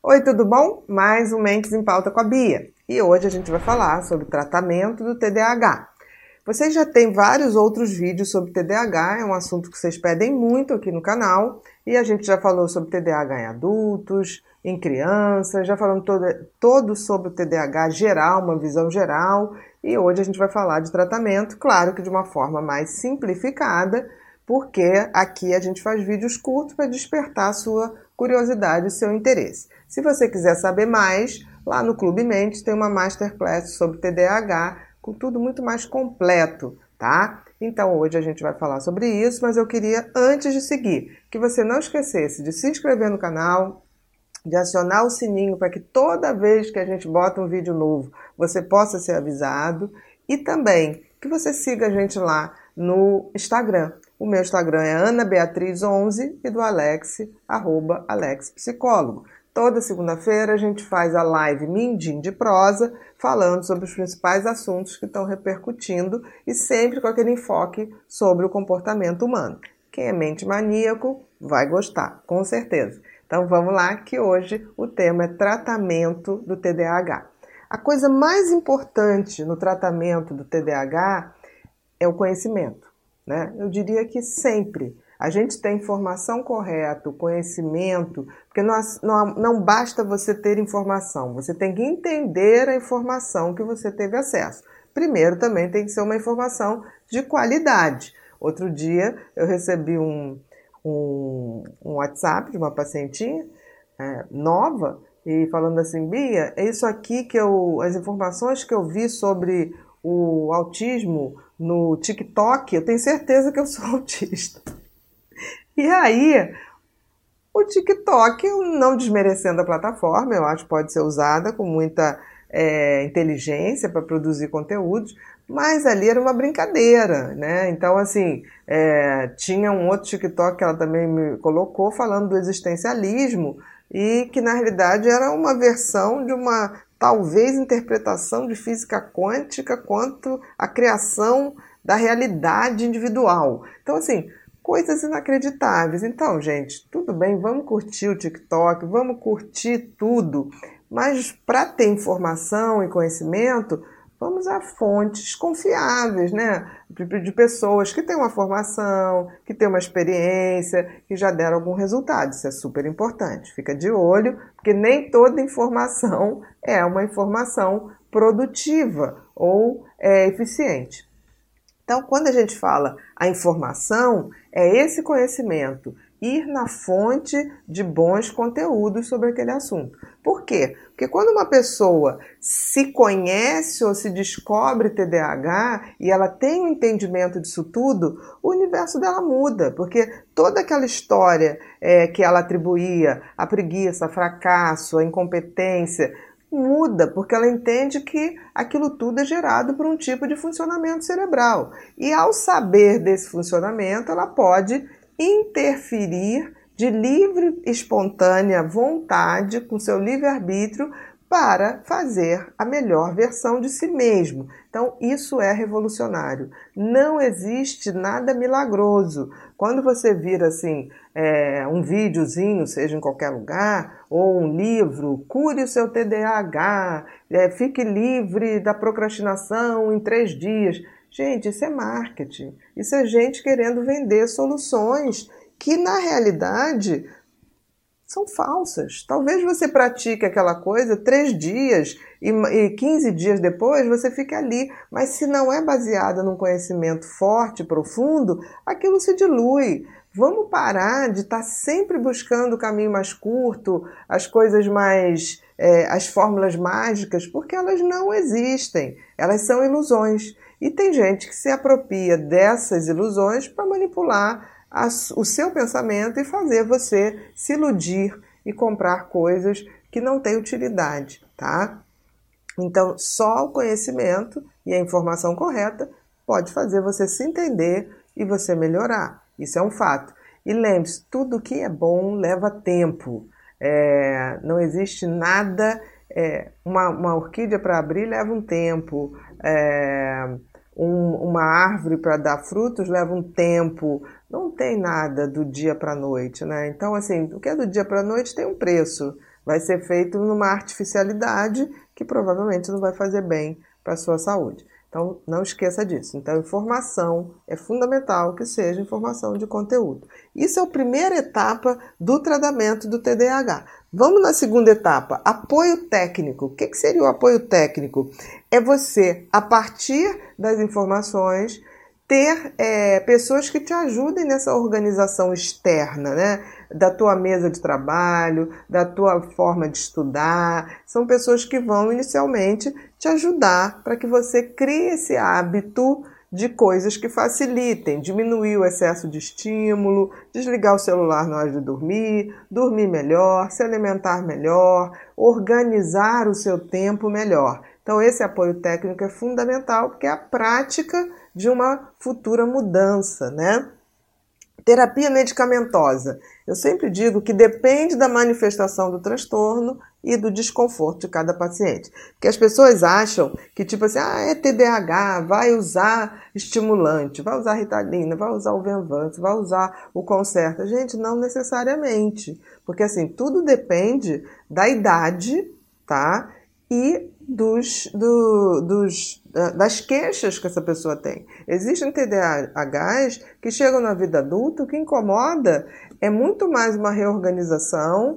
Oi, tudo bom? Mais um Mentes em Pauta com a Bia. E hoje a gente vai falar sobre o tratamento do TDAH. Vocês já têm vários outros vídeos sobre TDAH, é um assunto que vocês pedem muito aqui no canal. E a gente já falou sobre TDAH em adultos, em crianças, já falamos todo sobre o TDAH geral, uma visão geral. E hoje a gente vai falar de tratamento, claro que de uma forma mais simplificada, porque aqui a gente faz vídeos curtos para despertar a sua curiosidade e seu interesse. Se você quiser saber mais, lá no Clube Mentes tem uma Masterclass sobre TDAH, com tudo muito mais completo, tá? Então hoje a gente vai falar sobre isso, mas eu queria, antes de seguir, que você não esquecesse de se inscrever no canal, de acionar o sininho para que toda vez que a gente bota um vídeo novo, você possa ser avisado, e também que você siga a gente lá no Instagram. O meu Instagram é anabeatriz11 e do Alex, @alexpsicólogo. Toda segunda-feira a gente faz a live Mindim de Prosa, falando sobre os principais assuntos que estão repercutindo e sempre com aquele enfoque sobre o comportamento humano. Quem é mente maníaco vai gostar, com certeza. Então vamos lá, que hoje o tema é tratamento do TDAH. A coisa mais importante no tratamento do TDAH é o conhecimento, né? Eu diria que sempre a gente tem informação correta, o conhecimento, porque não basta você ter informação, você tem que entender a informação que você teve acesso. Primeiro, também tem que ser uma informação de qualidade. Outro dia eu recebi um WhatsApp de uma pacientinha nova e falando assim: Bia, é isso aqui as informações que eu vi sobre o autismo no TikTok, eu tenho certeza que eu sou autista. E aí, o TikTok, não desmerecendo a plataforma, eu acho que pode ser usada com muita inteligência para produzir conteúdos, mas ali era uma brincadeira, né? Então, assim, tinha um outro TikTok que ela também me colocou falando do existencialismo e que, na realidade, era uma versão de uma, talvez, interpretação de física quântica quanto à criação da realidade individual. Então, assim, coisas inacreditáveis. Então, gente, tudo bem, vamos curtir o TikTok, vamos curtir tudo, mas para ter informação e conhecimento, vamos a fontes confiáveis, né? De pessoas que têm uma formação, que têm uma experiência, que já deram algum resultado. Isso é super importante. Fica de olho, porque nem toda informação é uma informação produtiva ou eficiente. Então, quando a gente fala a informação, é esse conhecimento, ir na fonte de bons conteúdos sobre aquele assunto. Por quê? Porque quando uma pessoa se conhece ou se descobre TDAH e ela tem um entendimento disso tudo, o universo dela muda, porque toda aquela história que ela atribuía à preguiça, fracasso, à incompetência, muda, porque ela entende que aquilo tudo é gerado por um tipo de funcionamento cerebral. E ao saber desse funcionamento, ela pode interferir de livre, espontânea vontade, com seu livre-arbítrio, para fazer a melhor versão de si mesmo. Então, isso é revolucionário. Não existe nada milagroso. Quando você vira assim, um videozinho, seja em qualquer lugar, ou um livro, cure o seu TDAH, fique livre da procrastinação em 3 dias. Gente, isso é marketing. Isso é gente querendo vender soluções que, na realidade, são falsas. Talvez você pratique aquela coisa 3 dias e 15 dias depois você fique ali. Mas se não é baseada num conhecimento forte, profundo, aquilo se dilui. Vamos parar de estar sempre buscando o caminho mais curto, as coisas mais, as fórmulas mágicas, porque elas não existem. Elas são ilusões. E tem gente que se apropria dessas ilusões para manipular o seu pensamento e fazer você se iludir e comprar coisas que não têm utilidade, tá? Então, só o conhecimento e a informação correta pode fazer você se entender e você melhorar. Isso é um fato. E lembre-se, tudo que é bom leva tempo. Não existe nada... uma orquídea para abrir leva um tempo. Uma árvore para dar frutos leva um tempo. Não tem nada do dia para a noite, né? Então, assim, o que é do dia para a noite tem um preço. vai ser feito numa artificialidade que provavelmente não vai fazer bem para a sua saúde. Então, não esqueça disso. Então, informação é fundamental que seja informação de conteúdo. Isso é a primeira etapa do tratamento do TDAH. Vamos na segunda etapa, apoio técnico. O que seria o apoio técnico? É você, a partir das informações, ter pessoas que te ajudem nessa organização externa, né? Da tua mesa de trabalho, da tua forma de estudar. São pessoas que vão inicialmente te ajudar para que você crie esse hábito de coisas que facilitem, diminuir o excesso de estímulo, desligar o celular na hora de dormir, dormir melhor, se alimentar melhor, organizar o seu tempo melhor. Então esse apoio técnico é fundamental porque é a prática de uma futura mudança, né? Terapia medicamentosa. Eu sempre digo que depende da manifestação do transtorno e do desconforto de cada paciente. Porque as pessoas acham que, tipo assim, é TDAH, vai usar estimulante, vai usar Ritalina, vai usar o Venvanse, vai usar o Concerta. Gente, não necessariamente. Porque, assim, tudo depende da idade, tá? E das queixas que essa pessoa tem. Existem TDAHs que chegam na vida adulta, o que incomoda é muito mais uma reorganização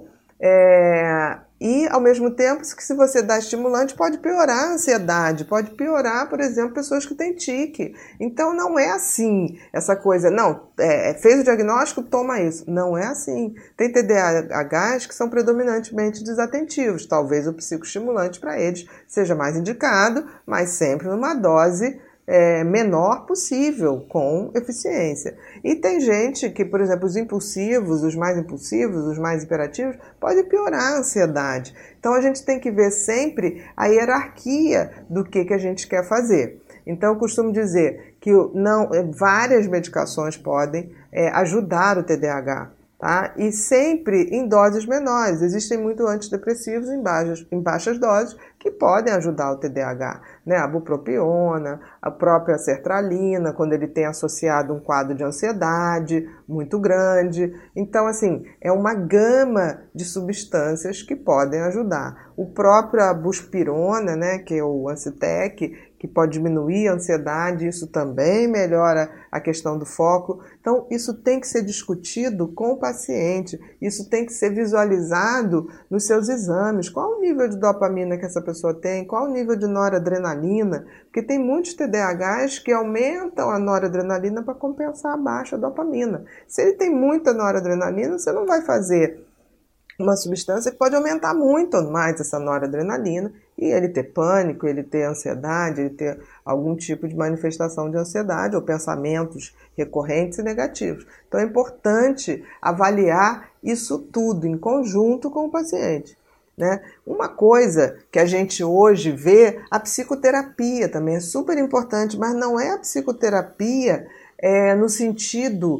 e, ao mesmo tempo, que se você dá estimulante, pode piorar a ansiedade, pode piorar, por exemplo, pessoas que têm tique. Então, não é assim, essa coisa, não, fez o diagnóstico, toma isso. Não é assim. Tem TDAHs que são predominantemente desatentivos. Talvez o psicoestimulante para eles seja mais indicado, mas sempre numa dose menor possível, com eficiência. E tem gente que, por exemplo, os impulsivos, os mais hiperativos, pode piorar a ansiedade. Então a gente tem que ver sempre a hierarquia do que a gente quer fazer. Então eu costumo dizer que várias medicações podem ajudar o TDAH. Tá? E sempre em doses menores. Existem muito antidepressivos em baixas doses que podem ajudar o TDAH, né? A bupropiona, a própria sertralina, quando ele tem associado um quadro de ansiedade muito grande. Então, assim, é uma gama de substâncias que podem ajudar. O próprio buspirona, né, que é o Ancitec, que pode diminuir a ansiedade, isso também melhora a questão do foco. Então, isso tem que ser discutido com o paciente, isso tem que ser visualizado nos seus exames. Qual o nível de dopamina que essa pessoa tem? Qual o nível de noradrenalina? Porque tem muitos TDAHs que aumentam a noradrenalina para compensar a baixa dopamina. Se ele tem muita noradrenalina, você não vai fazer uma substância que pode aumentar muito mais essa noradrenalina e ele ter pânico, ele ter ansiedade, ele ter algum tipo de manifestação de ansiedade ou pensamentos recorrentes e negativos. Então é importante avaliar isso tudo em conjunto com o paciente, né? Uma coisa que a gente hoje vê, a psicoterapia também é super importante, mas não é a psicoterapia no sentido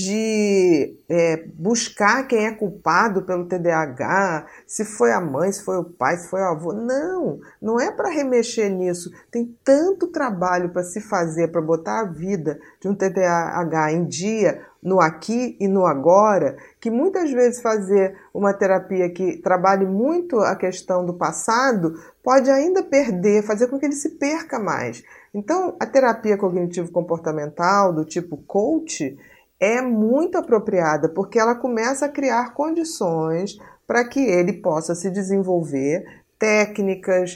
de buscar quem é culpado pelo TDAH, se foi a mãe, se foi o pai, se foi o avô. Não é para remexer nisso. Tem tanto trabalho para se fazer, para botar a vida de um TDAH em dia, no aqui e no agora, que muitas vezes fazer uma terapia que trabalhe muito a questão do passado pode ainda fazer com que ele se perca mais. Então, a terapia cognitivo-comportamental do tipo coach é muito apropriada, porque ela começa a criar condições para que ele possa se desenvolver, técnicas,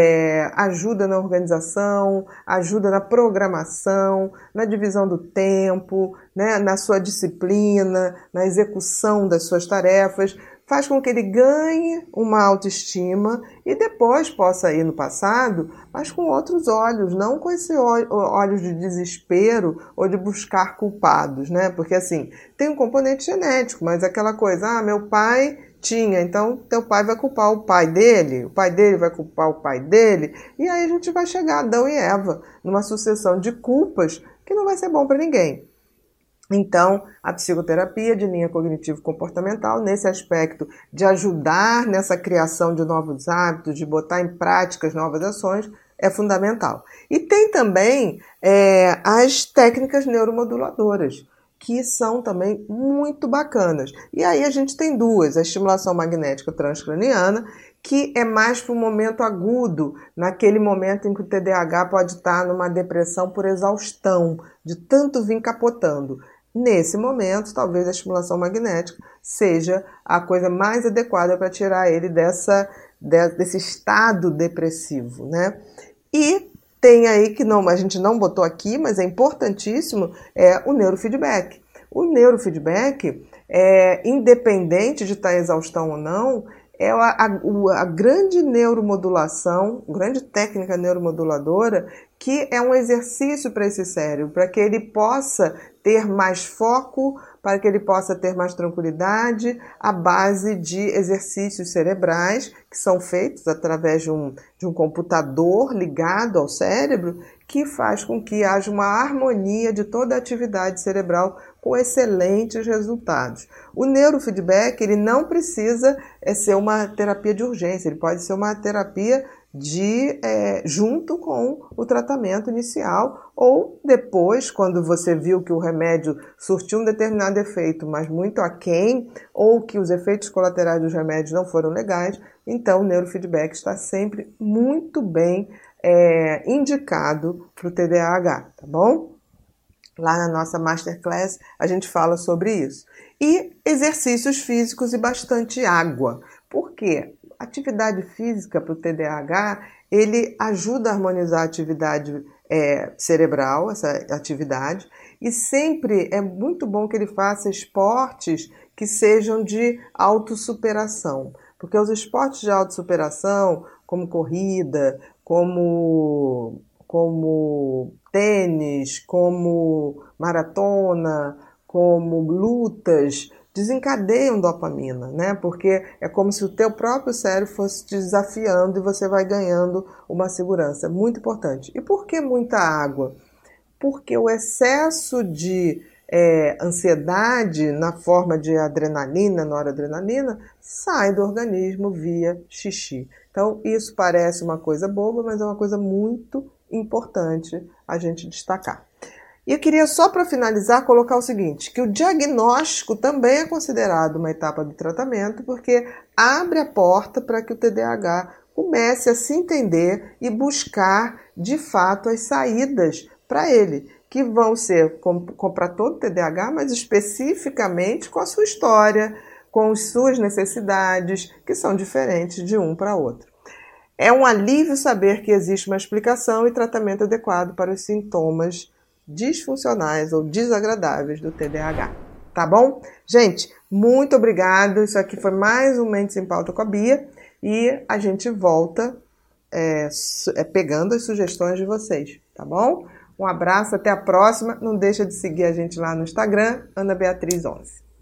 ajuda na organização, ajuda na programação, na divisão do tempo, né, na sua disciplina, na execução das suas tarefas, faz com que ele ganhe uma autoestima e depois possa ir no passado, mas com outros olhos, não com esse olhos de desespero ou de buscar culpados, né? Porque assim, tem um componente genético, mas aquela coisa, meu pai tinha, então teu pai vai culpar o pai dele vai culpar o pai dele, e aí a gente vai chegar a Adão e Eva numa sucessão de culpas que não vai ser bom para ninguém. Então, a psicoterapia de linha cognitivo-comportamental, nesse aspecto de ajudar nessa criação de novos hábitos, de botar em prática as novas ações, é fundamental. E tem também as técnicas neuromoduladoras, que são também muito bacanas. E aí a gente tem duas, a estimulação magnética transcraniana, que é mais para o momento agudo, naquele momento em que o TDAH pode estar numa depressão por exaustão, de tanto vir capotando. Nesse momento, talvez a estimulação magnética seja a coisa mais adequada para tirar ele desse estado depressivo, né? E tem aí que a gente não botou aqui, mas é importantíssimo, o neurofeedback. O neurofeedback, independente de estar exaustão ou não, é a grande neuromodulação, grande técnica neuromoduladora, que é um exercício para esse cérebro, para que ele possa ter mais foco, para que ele possa ter mais tranquilidade, à base de exercícios cerebrais que são feitos através de um computador ligado ao cérebro, que faz com que haja uma harmonia de toda a atividade cerebral com excelentes resultados. O neurofeedback, ele não precisa ser uma terapia de urgência, ele pode ser uma terapia junto com o tratamento inicial, ou depois, quando você viu que o remédio surtiu um determinado efeito, mas muito aquém, ou que os efeitos colaterais dos remédios não foram legais, então o neurofeedback está sempre muito bem indicado para o TDAH, tá bom? Lá na nossa Masterclass a gente fala sobre isso. E exercícios físicos e bastante água. Por quê? Atividade física para o TDAH, ele ajuda a harmonizar a atividade cerebral, essa atividade, e sempre é muito bom que ele faça esportes que sejam de autossuperação, porque os esportes de autossuperação, como corrida, como tênis, como maratona, como lutas, desencadeiam dopamina, né? Porque é como se o teu próprio cérebro fosse te desafiando e você vai ganhando uma segurança. Muito importante. E por que muita água? Porque o excesso de ansiedade na forma de adrenalina, noradrenalina, sai do organismo via xixi. Então, isso parece uma coisa boba, mas é uma coisa muito importante a gente destacar. E eu queria só para finalizar colocar o seguinte, que o diagnóstico também é considerado uma etapa do tratamento, porque abre a porta para que o TDAH comece a se entender e buscar de fato as saídas para ele, que vão ser para todo o TDAH, mas especificamente com a sua história, com as suas necessidades, que são diferentes de um para outro. É um alívio saber que existe uma explicação e tratamento adequado para os sintomas disfuncionais ou desagradáveis do TDAH. Tá bom? Gente, muito obrigado. Isso aqui foi mais um Mentes em Pauta com a Bia e a gente volta pegando as sugestões de vocês, tá bom? Um abraço, até a próxima. Não deixa de seguir a gente lá no Instagram, Ana Beatriz 11.